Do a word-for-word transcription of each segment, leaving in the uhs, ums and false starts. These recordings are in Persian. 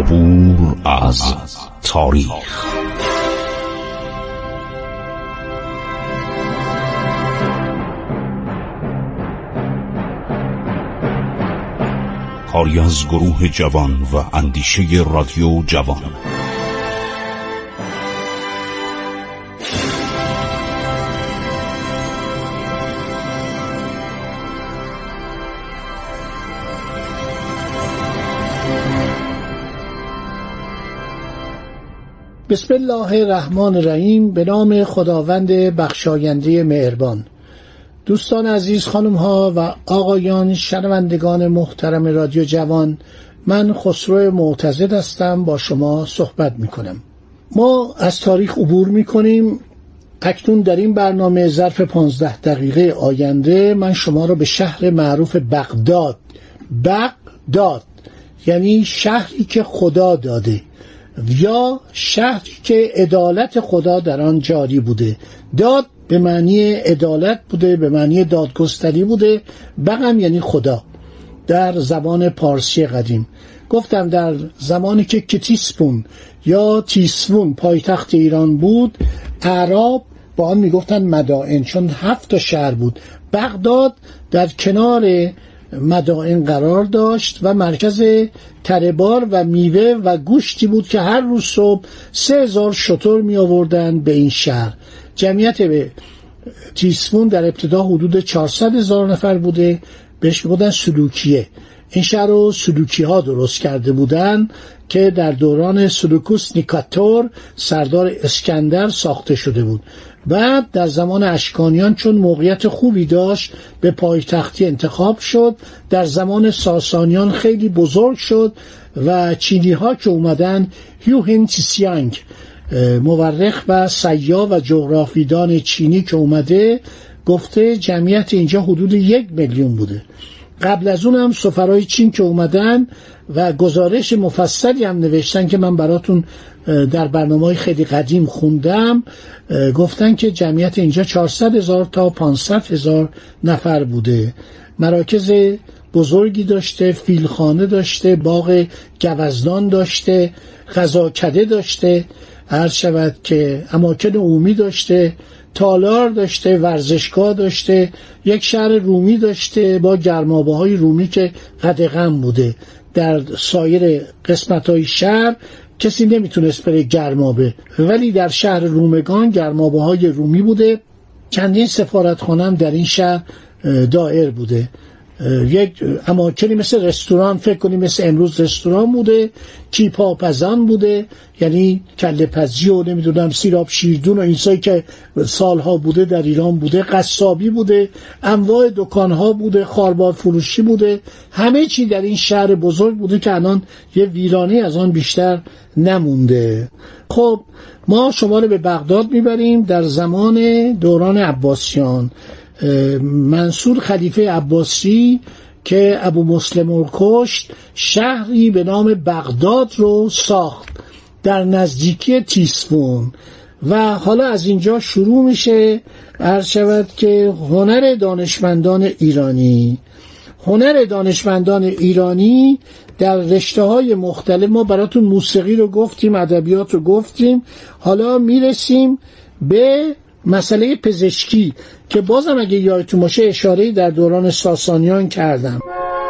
عبور از تاریخ. کاری از گروه جوان و اندیشه رادیو جوان. بسم الله الرحمن الرحیم. به نام خداوند بخشاینده مهربان. دوستان عزیز، خانم ها و آقایان، شنوندگان محترم رادیو جوان، من خسرو معتزد هستم، با شما صحبت می کنم. ما از تاریخ عبور می کنیم. اکنون در این برنامه ظرف پانزده دقیقه آینده من شما را به شهر معروف بغداد، بغداد یعنی شهری که خدا داده یا شهری که عدالت خدا در آن جاری بوده. داد به معنی عدالت بوده، به معنی دادگستری بوده. بغم یعنی خدا در زبان پارسی قدیم. گفتم در زمانی که کتیسپون یا تیسفون پایتخت ایران بود، اعراب با آن میگفتن مدائن، چون هفت تا شهر بود. بغداد در کنار مدائن قرار داشت و مرکز تره‌بار و میوه و گوشتی بود که هر روز صبح سه هزار شتر می آوردن به این شهر. جمعیت به تیسفون در ابتدا حدود چهارصد هزار نفر بوده. بهش میگفتن سلوکیه. این شهر رو سلوکی ها درست کرده بودن که در دوران سلوکوس نیکاتور سردار اسکندر ساخته شده بود. بعد در زمان اشکانیان چون موقعیت خوبی داشت به پایتختی انتخاب شد. در زمان ساسانیان خیلی بزرگ شد و چینی ها که اومدن، هیوهن تسیانگ مورخ و سیاح و جغرافیدان چینی که اومده، گفته جمعیت اینجا حدود یک میلیون بوده. قبل از اون هم سفرای چین که اومدن و گزارش مفصلی هم نوشتن که من براتون در برنامه‌های خیلی قدیم خوندم، گفتن که جمعیت اینجا چهارصد هزار تا پانصد هزار نفر بوده. مراکز بزرگی داشته، فیلخانه داشته، باغ گوزنان داشته، غذاکده داشته، عرض شود که اماکن عمومی داشته، تالار داشته، ورزشگاه داشته، یک شهر رومی داشته با گرمابه‌های رومی که قدغن بوده. در سایر قسمت‌های شهر کسی نمیتونست بره گرمابه، ولی در شهر رومگان گرمابه‌های رومی بوده. چندین سفارتخانه هم در این شهر دایر بوده. یک اماکنی مثل رستوران، فکر کنیم مثل امروز رستوران بوده، کیپاپزان بوده، یعنی کله پزی و نمیدونم سیراب شیردون و اینسایی که سالها بوده در ایران بوده، قصابی بوده، انواع دکانها بوده، خاربار فروشی بوده. همه چی در این شهر بزرگ بوده که الان یه ویرانه از آن بیشتر نمونده. خب ما شما رو به بغداد میبریم در زمان دوران عباسیان. منصور خلیفه عباسی که ابو مسلم رو کشت، شهری به نام بغداد رو ساخت در نزدیکی تیسفون و حالا از اینجا شروع میشه عرض شود که هنر دانشمندان ایرانی. هنر دانشمندان ایرانی در رشته‌های مختلف. ما براتون موسیقی رو گفتیم، ادبیات رو گفتیم، حالا میرسیم به مسئله پزشکی که بازم اگه یادتون باشه اشاره‌ای در دوران ساسانیان کردم.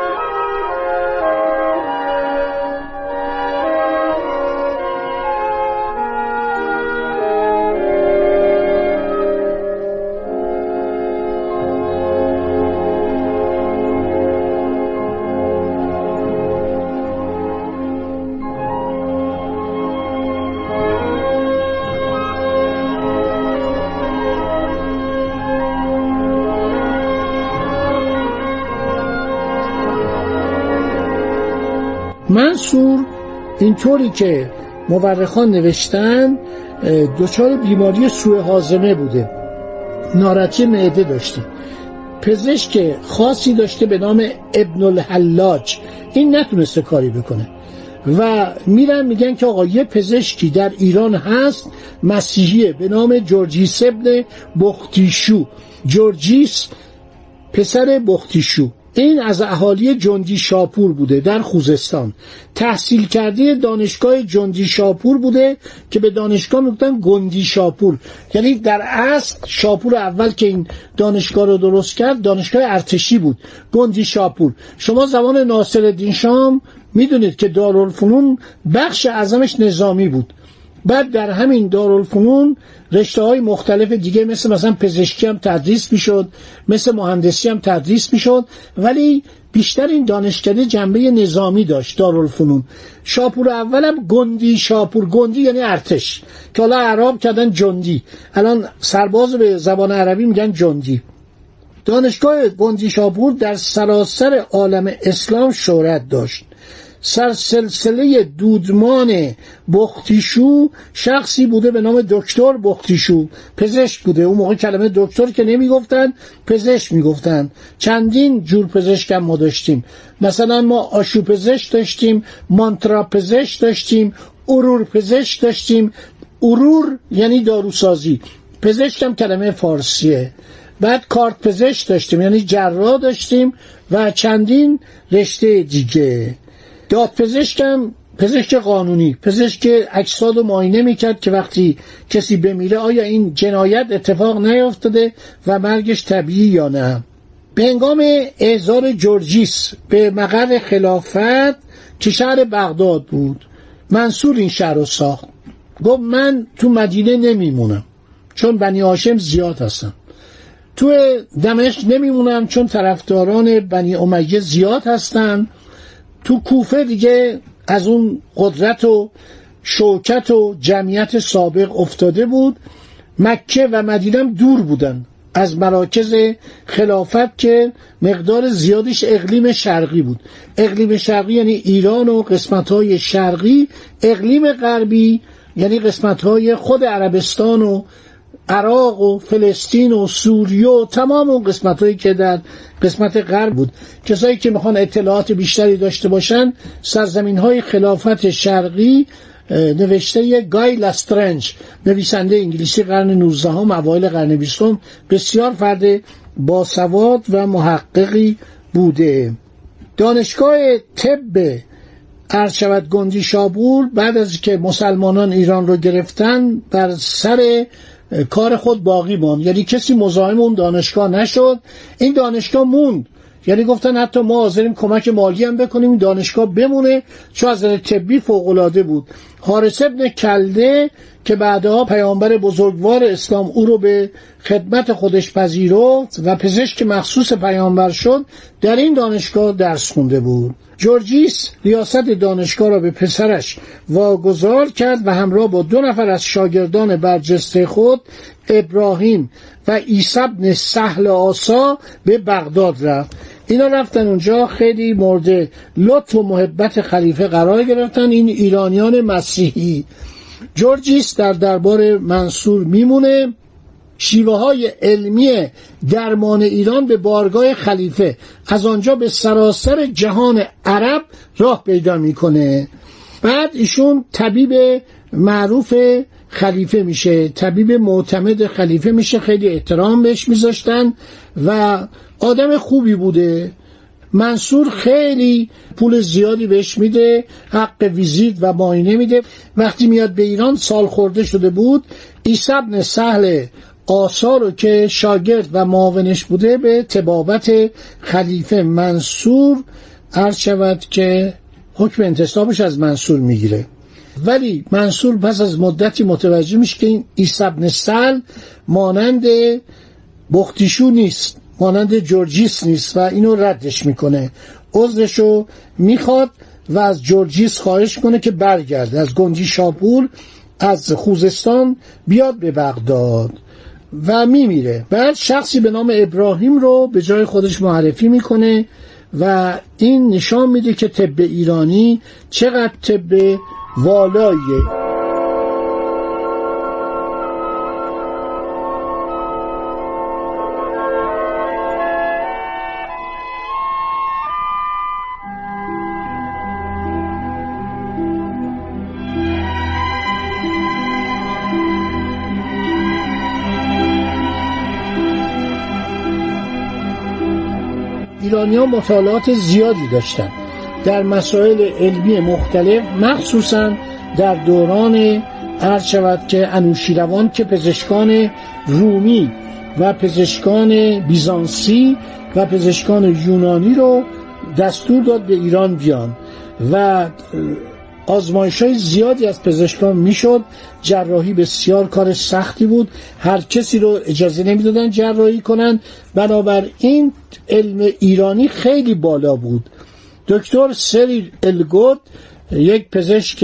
منصور اینطوری که مورخان نوشتن دچار بیماری سوء هاضمه بوده، ناراحتی معده داشته. پزشک خاصی داشته به نام ابن الحلاج، این نتونسته کاری بکنه و میرن میگن که آقا یه پزشکی در ایران هست مسیحیه به نام جورجیس ابن بختیشو. جورجیس پسر بختیشو، این از اهالی جندی شاپور بوده در خوزستان. تحصیل کرده دانشگاه جندی شاپور بوده که به دانشگاه میگفتن گندی شاپور. یعنی در اصل شاپور اول که این دانشگاه رو درست کرد دانشگاه ارتشی بود، گندی شاپور. شما زمان ناصرالدین شاه میدونید که دارالفنون بخش اعظمش نظامی بود. بعد در همین دارالفنون رشته‌های مختلف دیگه مثل مثلا پزشکی هم تدریس میشد، مثل مهندسی هم تدریس میشد، ولی بیشتر این دانشکده جنبه نظامی داشت دارالفنون. شاپور اول هم گندی شاپور، گندی یعنی ارتش که حالا اعراب کردن جندی، الان سرباز به زبان عربی میگن جندی. دانشگاه گندی شاپور در سراسر عالم اسلام شهرت داشت. سرسلسله دودمان بختیشو شخصی بوده به نام دکتر بختیشو، پزشک بوده. اون موقع کلمه دکتر که نمیگفتن، پزشک میگفتن. چندین جور پزشک هم ما داشتیم، مثلا ما آشوپزشک داشتیم، مانترا پزشک داشتیم، ارور پزشک داشتیم. ارور یعنی داروسازی، پزشک هم کلمه فارسیه. بعد کارت پزشک داشتیم یعنی جراح داشتیم و چندین رشته دیگه. دادپزشک هم پزشک قانونی، پزشک اجساد رو معاینه میکرد که وقتی کسی بمیره آیا این جنایت اتفاق نیفتاده و مرگش طبیعی یا نه. به هنگام احضار جورجیس به مقر خلافت که شهر بغداد بود، منصور این شهر رو ساخت. گفت من تو مدینه نمیمونم چون بنی هاشم زیاد هستن، تو دمشق نمیمونم چون طرفداران بنی امیه زیاد هستن، تو کوفه دیگه از اون قدرت و شوکت و جمعیت سابق افتاده بود. مکه و مدینه هم دور بودن از مراکز خلافت که مقدار زیادش اقلیم شرقی بود. اقلیم شرقی یعنی ایران و قسمت‌های شرقی، اقلیم غربی یعنی قسمت‌های خود عربستان و عراق و فلسطین و سوریه و تمام اون قسمت‌هایی که در قسمت غرب بود. کسایی که میخوان اطلاعات بیشتری داشته باشن، سرزمین‌های خلافت شرقی نوشته گای لاسترنج، نویسنده انگلیسی قرن نوزدهم اوایل قرن بیستم، بسیار فرد باسواد و محققی بوده. دانشگاه طب ارشد گندی شاپور بعد از که مسلمانان ایران رو گرفتن بر سر کار خود باقی موند، یعنی کسی مزاحم اون دانشگاه نشد. این دانشگاه موند، یعنی گفتن حتی ما حاضریم کمک مالی هم بکنیم این دانشگاه بمونه، چون از نظر طبی فوق‌العاده بود. حارث ابن کلده که بعدها پیامبر بزرگوار اسلام او رو به خدمت خودش پذیرفت و پزشک مخصوص پیامبر شد، در این دانشگاه درس خونده بود. جورجیس ریاست دانشگاه را به پسرش واگذار کرد و همراه با دو نفر از شاگردان برجسته خود، ابراهیم و عیسی بن سهل آسا، به بغداد رفت. اینا رفتن اونجا، خیلی مورد لطف و محبت خلیفه قرار گرفتن، این ایرانیان مسیحی. جورجیس در دربار منصور میمونه، شیوه های علمی درمان ایران به بارگاه خلیفه، از آنجا به سراسر جهان عرب راه پیدا میکنه. بعد ایشون طبیب معروف خلیفه میشه، طبیب معتمد خلیفه میشه، خیلی احترام بهش میذاشتن و آدم خوبی بوده. منصور خیلی پول زیادی بهش میده، حق ویزیت و معاینه میده. وقتی میاد به ایران سال خورده شده بود، عیسی بن سهل آسا رو که شاگرد و معاونش بوده به طبابت خلیفه منصور عرض شود که حکم انتصابش از منصور میگیره. ولی منصور پس از مدتی متوجه میشه که این عیسی بن سهل مانند بختیشو نیست، مانند جورجیس نیست و اینو ردش میکنه، عذرشو میخواد و از جورجیس خواهش کنه که برگرده از گندی شاپور، از خوزستان بیاد به بغداد و میمیره. بعد شخصی به نام ابراهیم رو به جای خودش معرفی میکنه و این نشان میده که طب ایرانی چقدر طب والاییه. ایرانی‌ها مطالعات زیادی داشتند در مسائل علمی مختلف، مخصوصاً در دوران عرض شود که انوشیروان که پزشکان رومی و پزشکان بیزانسی و پزشکان یونانی رو دستور داد به ایران بیان و آزمایش‌های زیادی از پزشکان میشد. جراحی بسیار کار سختی بود، هر کسی رو اجازه نمیدادن جراحی کنن، بنابراین علم ایرانی خیلی بالا بود. دکتر سریل الگوت یک پزشک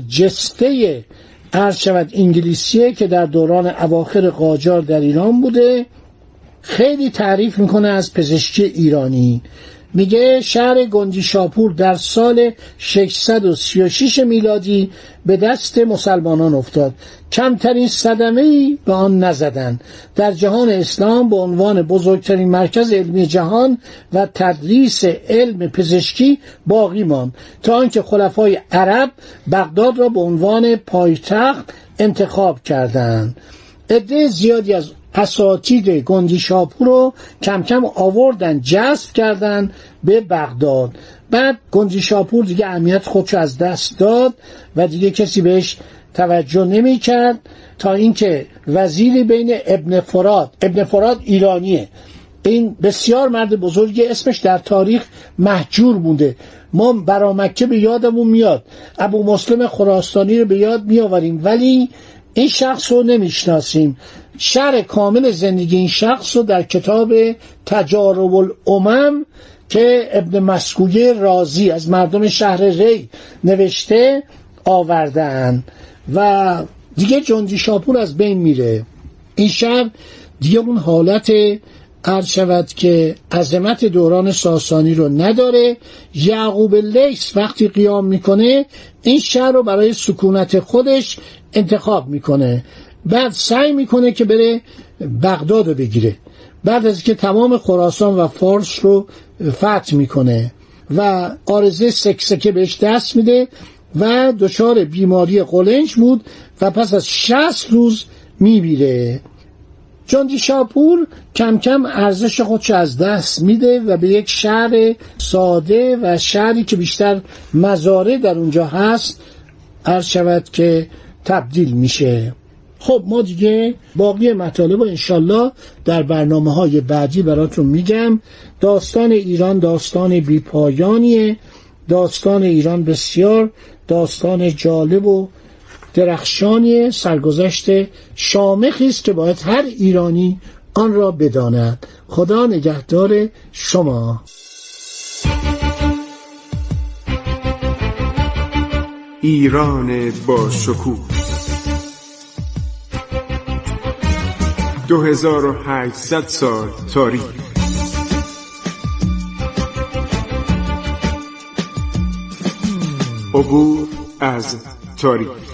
برجسته عرض شود انگلیسیه که در دوران اواخر قاجار در ایران بوده، خیلی تعریف میکنه از پزشکی ایرانی. میگه شهر گنجیشاپور در سال ششصد و سی و شش میلادی به دست مسلمانان افتاد. کمترین صدمه‌ای به آن نزدند. در جهان اسلام به عنوان بزرگترین مرکز علمی جهان و تدریس علم پزشکی باقی ماند تا آنکه خلفای عرب بغداد را به عنوان پایتخت انتخاب کردند. عده زیادی از اساتید گنجیشاپور رو کم کم آوردن، جذب کردن به بغداد. بعد گنجیشاپور دیگه اهمیت خودشو از دست داد و دیگه کسی بهش توجه نمی کرد تا اینکه وزیری بین ابن فرات، ابن فرات ایرانیه، این بسیار مرد بزرگی، اسمش در تاریخ محجور بوده. ما برا مکه به یادمون میاد، ابو مسلم خراسانی رو به یاد میآوریم، ولی این شخص رو نمیشناسیم. شرح کامل زندگی این شخص رو در کتاب تجارب الامم که ابن مسکویه رازی از مردم شهر ری نوشته آوردن و دیگه گنجیشاپور از بین میره. این شهر دیگه اون حالت عرض شود که عظمت دوران ساسانی رو نداره. یعقوب لیث وقتی قیام میکنه این شهر رو برای سکونت خودش انتخاب میکنه، بعد سعی میکنه که بره بغداد رو بگیره. بعد از که تمام خراسان و فارس رو فتح میکنه و عارضه سکسکه بهش دست میده و دچار بیماری قولنج بود و پس از شصت روز میمیره. گنجیشاپور کم کم ارزش خودش از دست میده و به یک شهر ساده و شهری که بیشتر مزارع در اونجا هست عرض شود که تبدیل میشه. خب ما دیگه باقی مطالب رو انشالله در برنامه های بعدی براتون میگم. داستان ایران داستان بی پایانیه. داستان ایران بسیار داستان جالب و درخشانی، سرگذشت شامخی است که باید هر ایرانی آن را بداند. خدا نگهدار شما. ایران با شکوه دو هزار و هشتصد سال تاریخ. عبور از تاریخ.